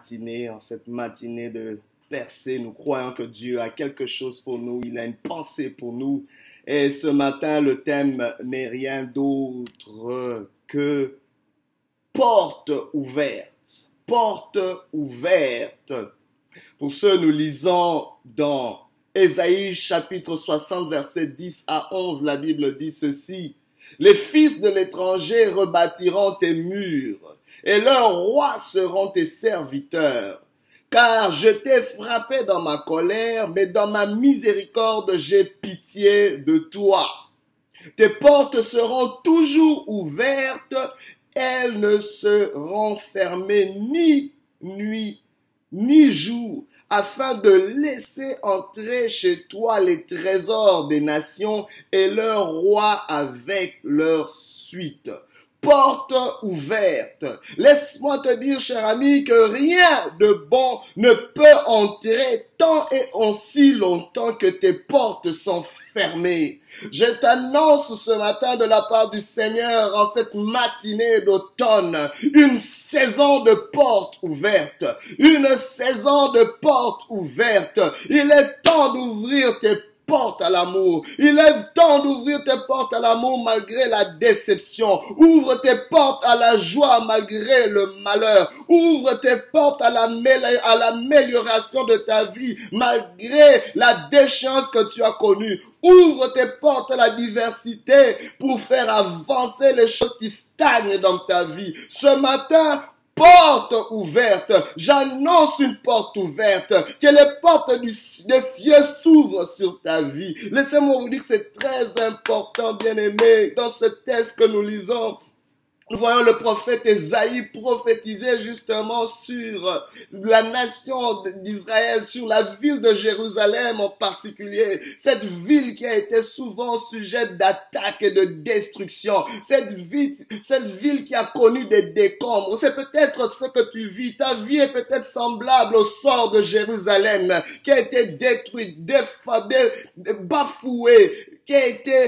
matinée, en cette matinée de percée. Nous croyons que Dieu a quelque chose pour nous, il a une pensée pour nous. Et ce matin, le thème n'est rien d'autre que porte ouverte. Porte ouverte. Pour ce, nous lisons dans Ésaïe chapitre 60, versets 10 à 11, la Bible dit ceci. Les fils de l'étranger rebâtiront tes murs, et leurs rois seront tes serviteurs. Car je t'ai frappé dans ma colère, mais dans ma miséricorde, j'ai pitié de toi. Tes portes seront toujours ouvertes, elles ne seront fermées ni nuit ni jour, afin de laisser entrer chez toi les trésors des nations et leurs rois avec leur suite. Porte ouverte. Laisse-moi te dire, cher ami, que rien de bon ne peut entrer tant et aussi longtemps que tes portes sont fermées. Je t'annonce ce matin de la part du Seigneur en cette matinée d'automne une saison de portes ouvertes. Une saison de portes ouvertes. Il est temps d'ouvrir tes porte à l'amour. Il est temps d'ouvrir tes portes à l'amour malgré la déception. Ouvre tes portes à la joie malgré le malheur. Ouvre tes portes à l'amélioration de ta vie malgré la déchéance que tu as connue. Ouvre tes portes à la diversité pour faire avancer les choses qui stagnent dans ta vie. Ce matin, porte ouverte. J'annonce une porte ouverte. Que les portes des cieux s'ouvrent sur ta vie. Laissez-moi vous dire que c'est très important, bien-aimés, dans ce texte que nous lisons. Nous voyons le prophète Ésaïe prophétiser justement sur la nation d'Israël, sur la ville de Jérusalem en particulier. Cette ville qui a été souvent sujette d'attaques et de destruction. Cette ville qui a connu des décombres. C'est peut-être ce que tu vis. Ta vie est peut-être semblable au sort de Jérusalem qui a été détruite, bafouée, qui a été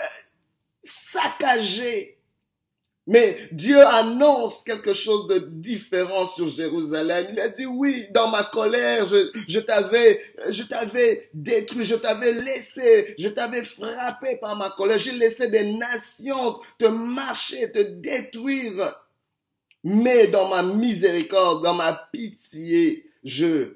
saccagée. Mais Dieu annonce quelque chose de différent sur Jérusalem. Il a dit oui, dans ma colère, je t'avais détruit, je t'avais frappé par ma colère. J'ai laissé des nations te marcher, te détruire. Mais dans ma miséricorde, dans ma pitié, je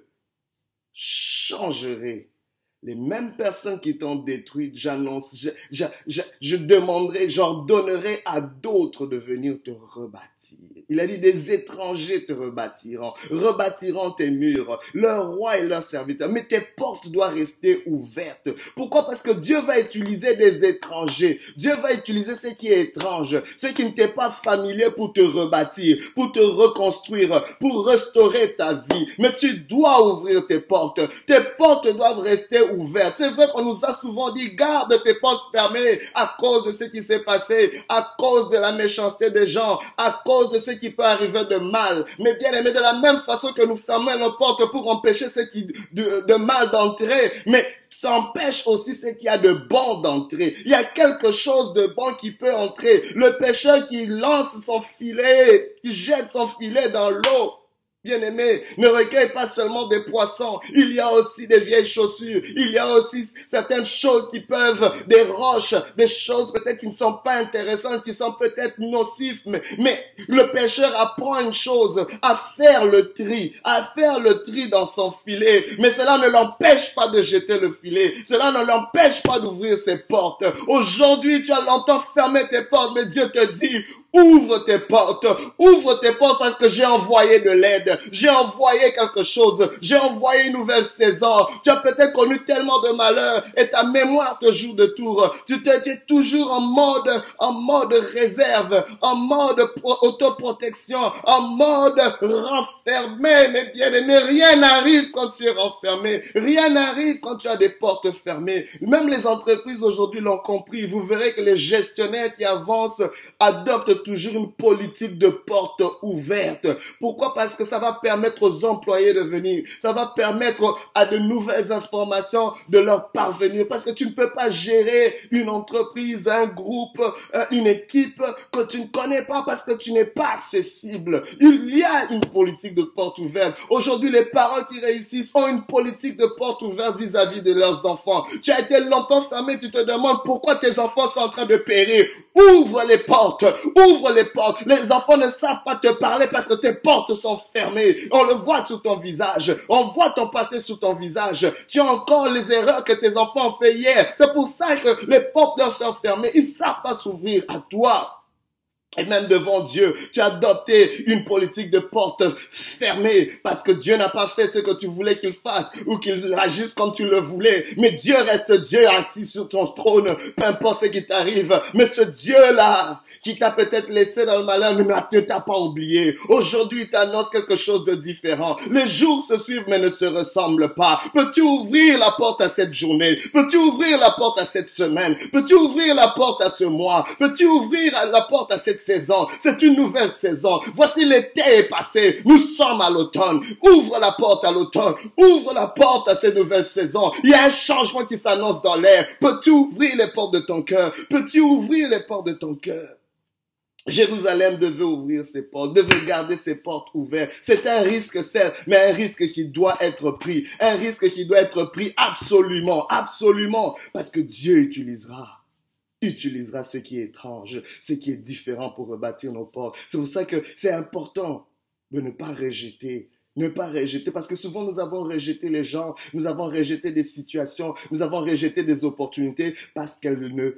changerai. Les mêmes personnes qui t'ont détruit, j'annonce, je demanderai, j'ordonnerai à d'autres de venir te rebâtir. Il a dit des étrangers te rebâtiront tes murs, leurs rois et leurs serviteurs. Mais tes portes doivent rester ouvertes. Pourquoi? Parce que Dieu va utiliser des étrangers. Dieu va utiliser ce qui est étrange, ce qui ne t'est pas familier pour te rebâtir, pour te reconstruire, pour restaurer ta vie. Mais tu dois ouvrir tes portes. Tes portes doivent rester ouverte. C'est vrai qu'on nous a souvent dit garde tes portes fermées à cause de ce qui s'est passé, à cause de la méchanceté des gens, à cause de ce qui peut arriver de mal. Mais bien aimé, de la même façon que nous fermons nos portes pour empêcher ce qui de mal d'entrer, mais ça empêche aussi ce qu'il y a de bon d'entrer. Il y a quelque chose de bon qui peut entrer. Le pêcheur qui lance son filet, qui jette son filet dans l'eau, bien-aimé, ne recueille pas seulement des poissons. Il y a aussi des vieilles chaussures. Il y a aussi certaines choses qui peuvent, des roches, des choses peut-être qui ne sont pas intéressantes, qui sont peut-être nocives. Mais le pêcheur apprend une chose, à faire le tri dans son filet. Mais cela ne l'empêche pas de jeter le filet. Cela ne l'empêche pas d'ouvrir ses portes. Aujourd'hui, tu as longtemps fermé tes portes, mais Dieu te dit, ouvre tes portes parce que j'ai envoyé de l'aide, j'ai envoyé quelque chose, j'ai envoyé une nouvelle saison. Tu as peut-être connu tellement de malheurs et ta mémoire te joue de tour. Tu es toujours en mode réserve, en mode autoprotection, en mode renfermé. Mais bien aimé, rien n'arrive quand tu es renfermé, rien n'arrive quand tu as des portes fermées. Même les entreprises aujourd'hui l'ont compris. Vous verrez que les gestionnaires qui avancent adopte toujours une politique de porte ouverte. Pourquoi? Parce que ça va permettre aux employés de venir. Ça va permettre à de nouvelles informations de leur parvenir. Parce que tu ne peux pas gérer une entreprise, un groupe, une équipe que tu ne connais pas parce que tu n'es pas accessible. Il y a une politique de porte ouverte. Aujourd'hui, les parents qui réussissent ont une politique de porte ouverte vis-à-vis de leurs enfants. Tu as été longtemps fermé, tu te demandes pourquoi tes enfants sont en train de périr. Ouvre les portes, ouvre les portes. Les enfants ne savent pas te parler parce que tes portes sont fermées. On le voit sur ton visage. On voit ton passé sur ton visage. Tu as encore les erreurs que tes enfants ont fait hier. C'est pour ça que les portes leur sont fermées. Ils ne savent pas s'ouvrir à toi. Et même devant Dieu, tu as adopté une politique de porte fermée parce que Dieu n'a pas fait ce que tu voulais qu'il fasse ou qu'il agisse comme tu le voulais. Mais Dieu reste Dieu assis sur ton trône, peu importe ce qui t'arrive. Mais ce Dieu-là, qui t'a peut-être laissé dans le malheur, mais ne t'a pas oublié. Aujourd'hui, il t'annonce quelque chose de différent. Les jours se suivent mais ne se ressemblent pas. Peux-tu ouvrir la porte à cette journée? Peux-tu ouvrir la porte à cette semaine? Peux-tu ouvrir la porte à ce mois? Peux-tu ouvrir la porte à cette saison? C'est une nouvelle saison. Voici l'été est passé. Nous sommes à l'automne. Ouvre la porte à l'automne. Ouvre la porte à cette nouvelle saison. Il y a un changement qui s'annonce dans l'air. Peux-tu ouvrir les portes de ton cœur? Peux-tu ouvrir les portes de ton cœur? Jérusalem devait ouvrir ses portes, devait garder ses portes ouvertes. C'est un risque, certes, mais un risque qui doit être pris. Un risque qui doit être pris absolument, absolument. Parce que Dieu utilisera ce qui est étrange, ce qui est différent pour rebâtir nos portes. C'est pour ça que c'est important de ne pas rejeter. Ne pas rejeter, parce que souvent nous avons rejeté les gens, nous avons rejeté des situations, nous avons rejeté des opportunités parce qu'elles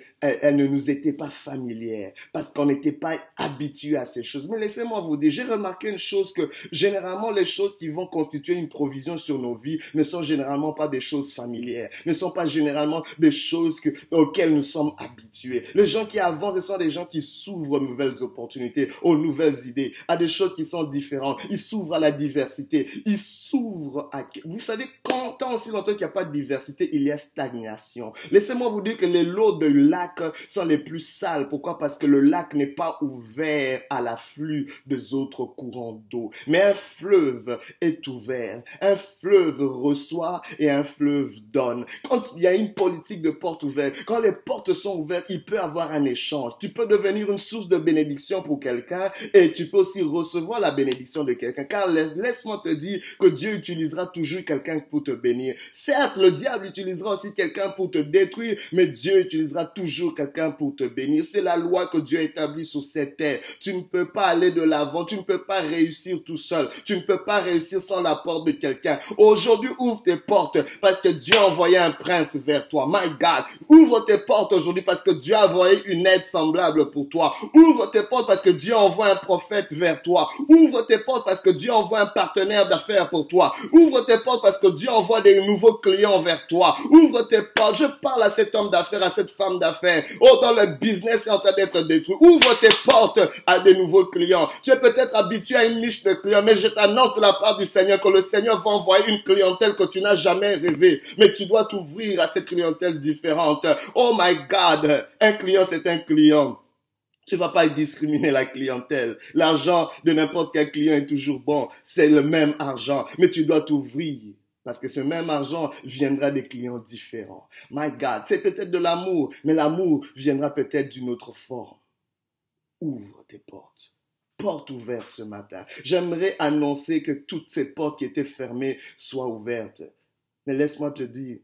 ne nous étaient pas familières, parce qu'on n'était pas habitué à ces choses. Mais laissez-moi vous dire, j'ai remarqué une chose que généralement les choses qui vont constituer une provision sur nos vies ne sont généralement pas des choses familières, ne sont pas généralement des choses auxquelles nous sommes habitués. Les gens qui avancent, ce sont des gens qui s'ouvrent aux nouvelles opportunités, aux nouvelles idées, à des choses qui sont différentes. Ils s'ouvrent à la diversité. Il s'ouvre à... Vous savez, tant aussi longtemps qu'il n'y a pas de diversité, il y a stagnation. Laissez-moi vous dire que les lots de lac sont les plus sales. Pourquoi? Parce que le lac n'est pas ouvert à l'afflux des autres courants d'eau. Mais un fleuve est ouvert. Un fleuve reçoit et un fleuve donne. Quand il y a une politique de porte ouverte, quand les portes sont ouvertes, il peut y avoir un échange. Tu peux devenir une source de bénédiction pour quelqu'un et tu peux aussi recevoir la bénédiction de quelqu'un. Car laisse-moi te dire que Dieu utilisera toujours quelqu'un pour te bénir. Certes, le diable utilisera aussi quelqu'un pour te détruire, mais Dieu utilisera toujours quelqu'un pour te bénir. C'est la loi que Dieu a établie sur cette terre. Tu ne peux pas aller de l'avant, tu ne peux pas réussir tout seul. Tu ne peux pas réussir sans l'apport de quelqu'un. Aujourd'hui, ouvre tes portes parce que Dieu a envoyé un prince vers toi. My God, ouvre tes portes aujourd'hui parce que Dieu a envoyé une aide semblable pour toi. Ouvre tes portes parce que Dieu envoie un prophète vers toi. Ouvre tes portes parce que Dieu envoie un partenaire d'affaires pour toi. Ouvre tes portes parce que Dieu envoie des nouveaux clients vers toi. Ouvre tes portes. Je parle à cet homme d'affaires, à cette femme d'affaires. Oh, dans le business est en train d'être détruit. Ouvre tes portes à des nouveaux clients. Tu es peut-être habitué à une niche de clients, mais je t'annonce de la part du Seigneur que le Seigneur va envoyer une clientèle que tu n'as jamais rêvé. Mais tu dois t'ouvrir à cette clientèle différente. Oh my God, un client c'est un client. Tu vas pas discriminer la clientèle. L'argent de n'importe quel client est toujours bon. C'est le même argent. Mais tu dois t'ouvrir. Parce que ce même argent viendra des clients différents. My God, c'est peut-être de l'amour. Mais l'amour viendra peut-être d'une autre forme. Ouvre tes portes. Porte ouverte ce matin. J'aimerais annoncer que toutes ces portes qui étaient fermées soient ouvertes. Mais laisse-moi te dire,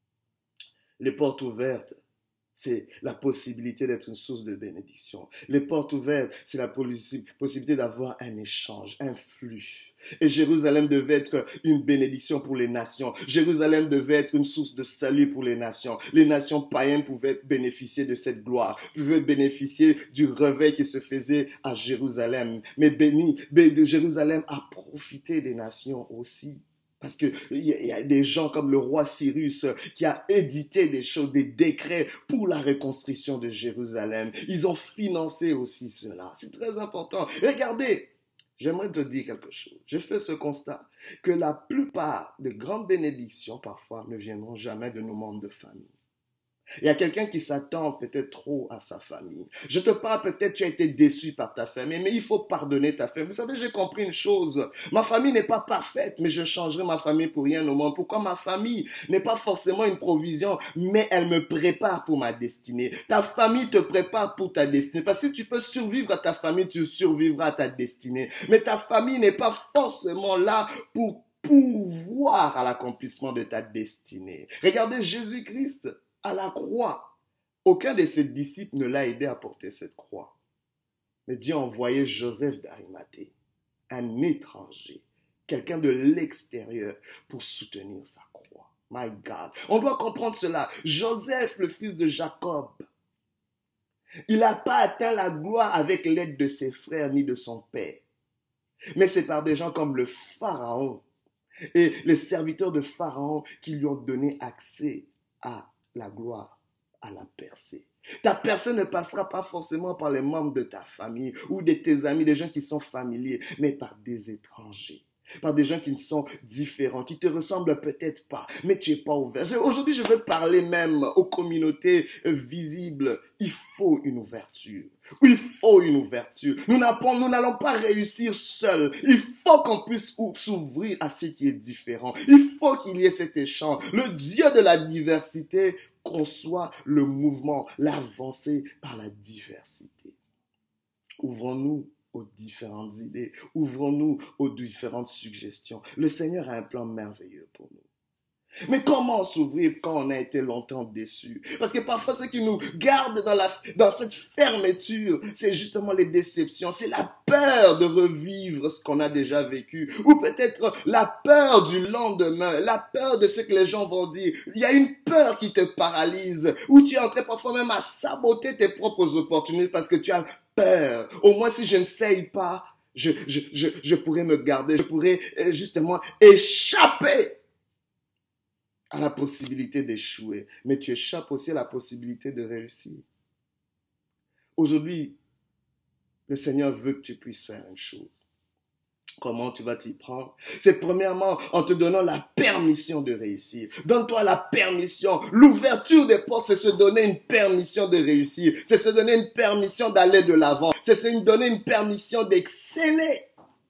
les portes ouvertes, c'est la possibilité d'être une source de bénédiction. Les portes ouvertes, c'est la possibilité d'avoir un échange, un flux. Et Jérusalem devait être une bénédiction pour les nations. Jérusalem devait être une source de salut pour les nations. Les nations païennes pouvaient bénéficier de cette gloire, pouvaient bénéficier du réveil qui se faisait à Jérusalem. Mais Jérusalem a profité des nations aussi. Parce que il y a des gens comme le roi Cyrus qui a édité des choses, des décrets pour la reconstruction de Jérusalem. Ils ont financé aussi cela. C'est très important. Regardez, j'aimerais te dire quelque chose. J'ai fait ce constat que la plupart des grandes bénédictions parfois ne viendront jamais de nos membres de famille. Il y a quelqu'un qui s'attend peut-être trop à sa famille. Je te parle, peut-être tu as été déçu par ta famille, mais il faut pardonner ta famille. Vous savez, j'ai compris une chose. Ma famille n'est pas parfaite, mais je changerai ma famille pour rien au monde. Pourquoi ma famille n'est pas forcément une provision, mais elle me prépare pour ma destinée. Ta famille te prépare pour ta destinée. Parce que si tu peux survivre à ta famille, tu survivras à ta destinée. Mais ta famille n'est pas forcément là pour pouvoir à l'accomplissement de ta destinée. Regardez Jésus-Christ. À la croix, aucun de ses disciples ne l'a aidé à porter cette croix. Mais Dieu a envoyé Joseph d'Arimathée, un étranger, quelqu'un de l'extérieur, pour soutenir sa croix. My God. On doit comprendre cela. Joseph, le fils de Jacob, il n'a pas atteint la gloire avec l'aide de ses frères ni de son père. Mais c'est par des gens comme le Pharaon et les serviteurs de Pharaon qui lui ont donné accès à la gloire, à la percée. Ta percée ne passera pas forcément par les membres de ta famille ou de tes amis, des gens qui sont familiers, mais par des étrangers, par des gens qui sont différents, qui te ressemblent peut-être pas, mais tu n'es pas ouvert. Aujourd'hui, je veux parler même aux communautés visibles. Il faut une ouverture. Il faut une ouverture. Nous n'allons pas réussir seuls. Il faut qu'on puisse s'ouvrir à ce qui est différent. Il faut qu'il y ait cet échange. Le Dieu de la diversité conçoit le mouvement, l'avancée par la diversité. Ouvrons-nous aux différentes idées. Ouvrons-nous aux différentes suggestions. Le Seigneur a un plan merveilleux pour nous. Mais comment s'ouvrir quand on a été longtemps déçu? Parce que parfois, ce qui nous garde dans cette fermeture, c'est justement les déceptions. C'est la peur de revivre ce qu'on a déjà vécu. Ou peut-être la peur du lendemain, la peur de ce que les gens vont dire. Il y a une peur qui te paralyse, ou tu es en train parfois même à saboter tes propres opportunités parce que tu as peur. Au moins, si je ne sais pas, je pourrais me garder, je pourrais justement échapper à la possibilité d'échouer, mais tu échappes aussi à la possibilité de réussir. Aujourd'hui, le Seigneur veut que tu puisses faire une chose. Comment tu vas t'y prendre? C'est premièrement en te donnant la permission de réussir. Donne-toi la permission. L'ouverture des portes, c'est se donner une permission de réussir. C'est se donner une permission d'aller de l'avant. C'est se donner une permission d'exceller.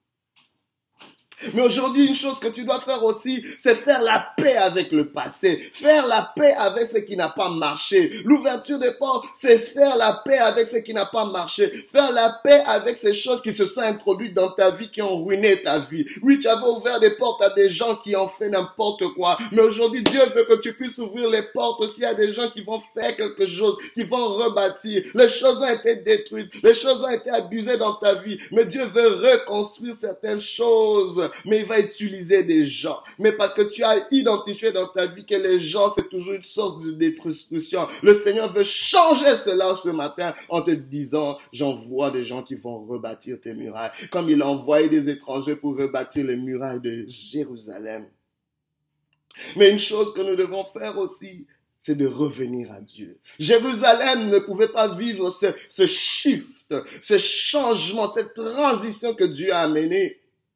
Mais aujourd'hui, une chose que tu dois faire aussi, c'est faire la paix avec le passé. Faire la paix avec ce qui n'a pas marché. L'ouverture des portes, c'est faire la paix avec ce qui n'a pas marché. Faire la paix avec ces choses qui se sont introduites dans ta vie, qui ont ruiné ta vie. Oui, tu avais ouvert des portes à des gens qui ont fait n'importe quoi. Mais aujourd'hui, Dieu veut que tu puisses ouvrir les portes aussi à des gens qui vont faire quelque chose, qui vont rebâtir. Les choses ont été détruites. Les choses ont été abusées dans ta vie. Mais Dieu veut reconstruire certaines choses. Mais il va utiliser des gens. Mais parce que tu as identifié dans ta vie que les gens, c'est toujours une source de destruction. Le Seigneur veut changer cela ce matin en te disant, j'envoie des gens qui vont rebâtir tes murailles. Comme il a envoyé des étrangers pour rebâtir les murailles de Jérusalem. Mais une chose que nous devons faire aussi, c'est de revenir à Dieu. Jérusalem ne pouvait pas vivre ce shift, ce changement, cette transition que Dieu a amené.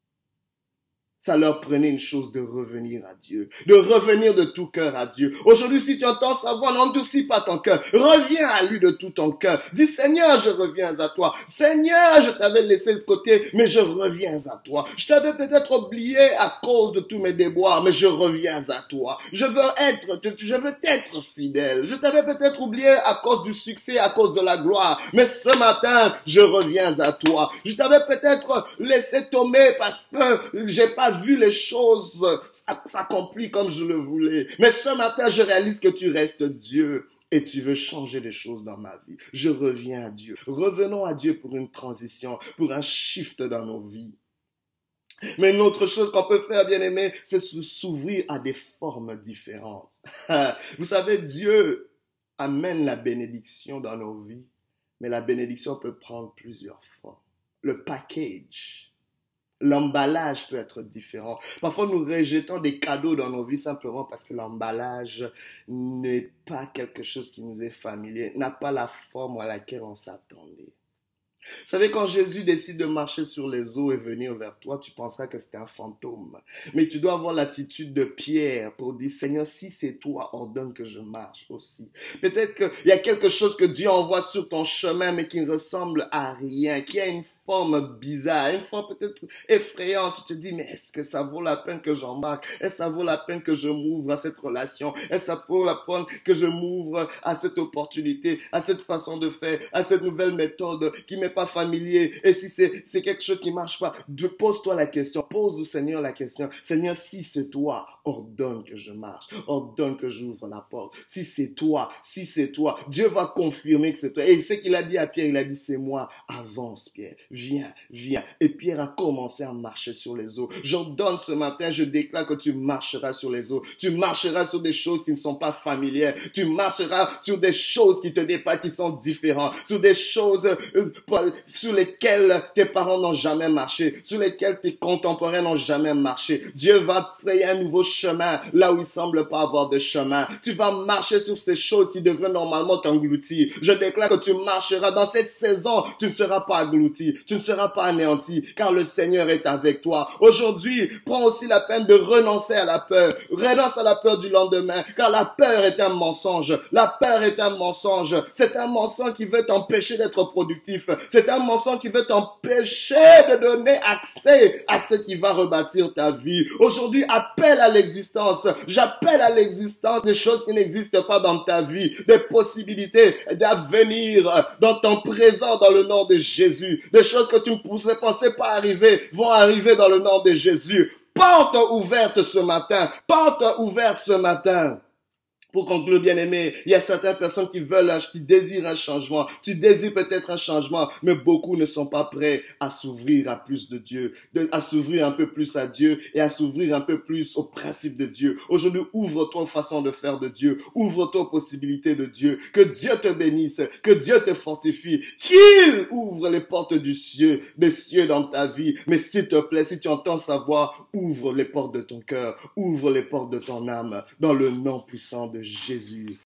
Ça leur prenait une chose de revenir à Dieu, de revenir de tout cœur à Dieu. Aujourd'hui, si tu entends sa voix, n'endurcis pas ton cœur. Reviens à lui de tout ton cœur. Dis, Seigneur, je reviens à toi. Seigneur, je t'avais laissé de côté, mais je reviens à toi. Je t'avais peut-être oublié à cause de tous mes déboires, mais je reviens à toi. Je veux t'être fidèle. Je t'avais peut-être oublié à cause du succès, à cause de la gloire, mais ce matin, je reviens à toi. Je t'avais peut-être laissé tomber parce que j'ai pas vu les choses s'accomplir comme je le voulais. Mais ce matin, je réalise que tu restes Dieu et tu veux changer les choses dans ma vie. Je reviens à Dieu. Revenons à Dieu pour une transition, pour un shift dans nos vies. Mais une autre chose qu'on peut faire, bien aimé, c'est s'ouvrir à des formes différentes. Vous savez, Dieu amène la bénédiction dans nos vies, mais la bénédiction peut prendre plusieurs formes. Le package. L'emballage peut être différent. Parfois, nous rejetons des cadeaux dans nos vies simplement parce que l'emballage n'est pas quelque chose qui nous est familier, n'a pas la forme à laquelle on s'attendait. Vous savez, quand Jésus décide de marcher sur les eaux et venir vers toi, tu penseras que c'était un fantôme. Mais tu dois avoir l'attitude de Pierre pour dire, Seigneur, si c'est toi, ordonne que je marche aussi. Peut-être qu'il y a quelque chose que Dieu envoie sur ton chemin, mais qui ne ressemble à rien, qui a une forme bizarre, une forme peut-être effrayante. Tu te dis, mais est-ce que ça vaut la peine que j'embarque? Est-ce que ça vaut la peine que je m'ouvre à cette relation? Est-ce que ça vaut la peine que je m'ouvre à cette opportunité, à cette façon de faire, à cette nouvelle méthode qui m'est pas familier? Et si c'est quelque chose qui marche pas, pose-toi la question, pose au Seigneur la question. Seigneur, si c'est toi, ordonne que je marche, ordonne que j'ouvre la porte. Si c'est toi, Dieu va confirmer que c'est toi. Et c'est qu'il a dit à Pierre, il a dit, c'est moi, avance Pierre, viens. Et Pierre a commencé à marcher sur les eaux. J'ordonne ce matin, je déclare que tu marcheras sur les eaux. Tu marcheras sur des choses qui ne sont pas familières. Tu marcheras sur des choses qui te dépassent, qui sont différentes. Sur des choses sur lesquelles tes parents n'ont jamais marché. Sur lesquelles tes contemporains n'ont jamais marché. Dieu va frayer un nouveau chemin là où il semble pas avoir de chemin. Tu vas marcher sur ces choses qui devraient normalement t'engloutir. Je déclare que tu marcheras dans cette saison. Tu ne seras pas englouti. Tu ne seras pas anéanti car le Seigneur est avec toi. Aujourd'hui, prends aussi la peine de renoncer à la peur. Renonce à la peur du lendemain car la peur est un mensonge. La peur est un mensonge. C'est un mensonge qui veut t'empêcher d'être productif. C'est un mensonge qui veut t'empêcher de donner accès à ce qui va rebâtir ta vie. Aujourd'hui, appelle à l'existence. J'appelle à l'existence des choses qui n'existent pas dans ta vie, des possibilités d'avenir dans ton présent dans le nom de Jésus. Des choses que tu ne pensais pas arriver vont arriver dans le nom de Jésus. Porte ouverte ce matin. Porte ouverte ce matin. Pour conclure, bien-aimé, il y a certaines personnes qui désirent un changement. Tu désires peut-être un changement, mais beaucoup ne sont pas prêts à s'ouvrir à plus de Dieu, à s'ouvrir un peu plus à Dieu et à s'ouvrir un peu plus au principe de Dieu. Aujourd'hui, ouvre-toi aux façons de faire de Dieu. Ouvre-toi aux possibilités de Dieu. Que Dieu te bénisse, que Dieu te fortifie, qu'il ouvre les portes des cieux dans ta vie. Mais s'il te plaît, si tu entends sa voix, ouvre les portes de ton cœur, ouvre les portes de ton âme, dans le nom puissant de Jésus.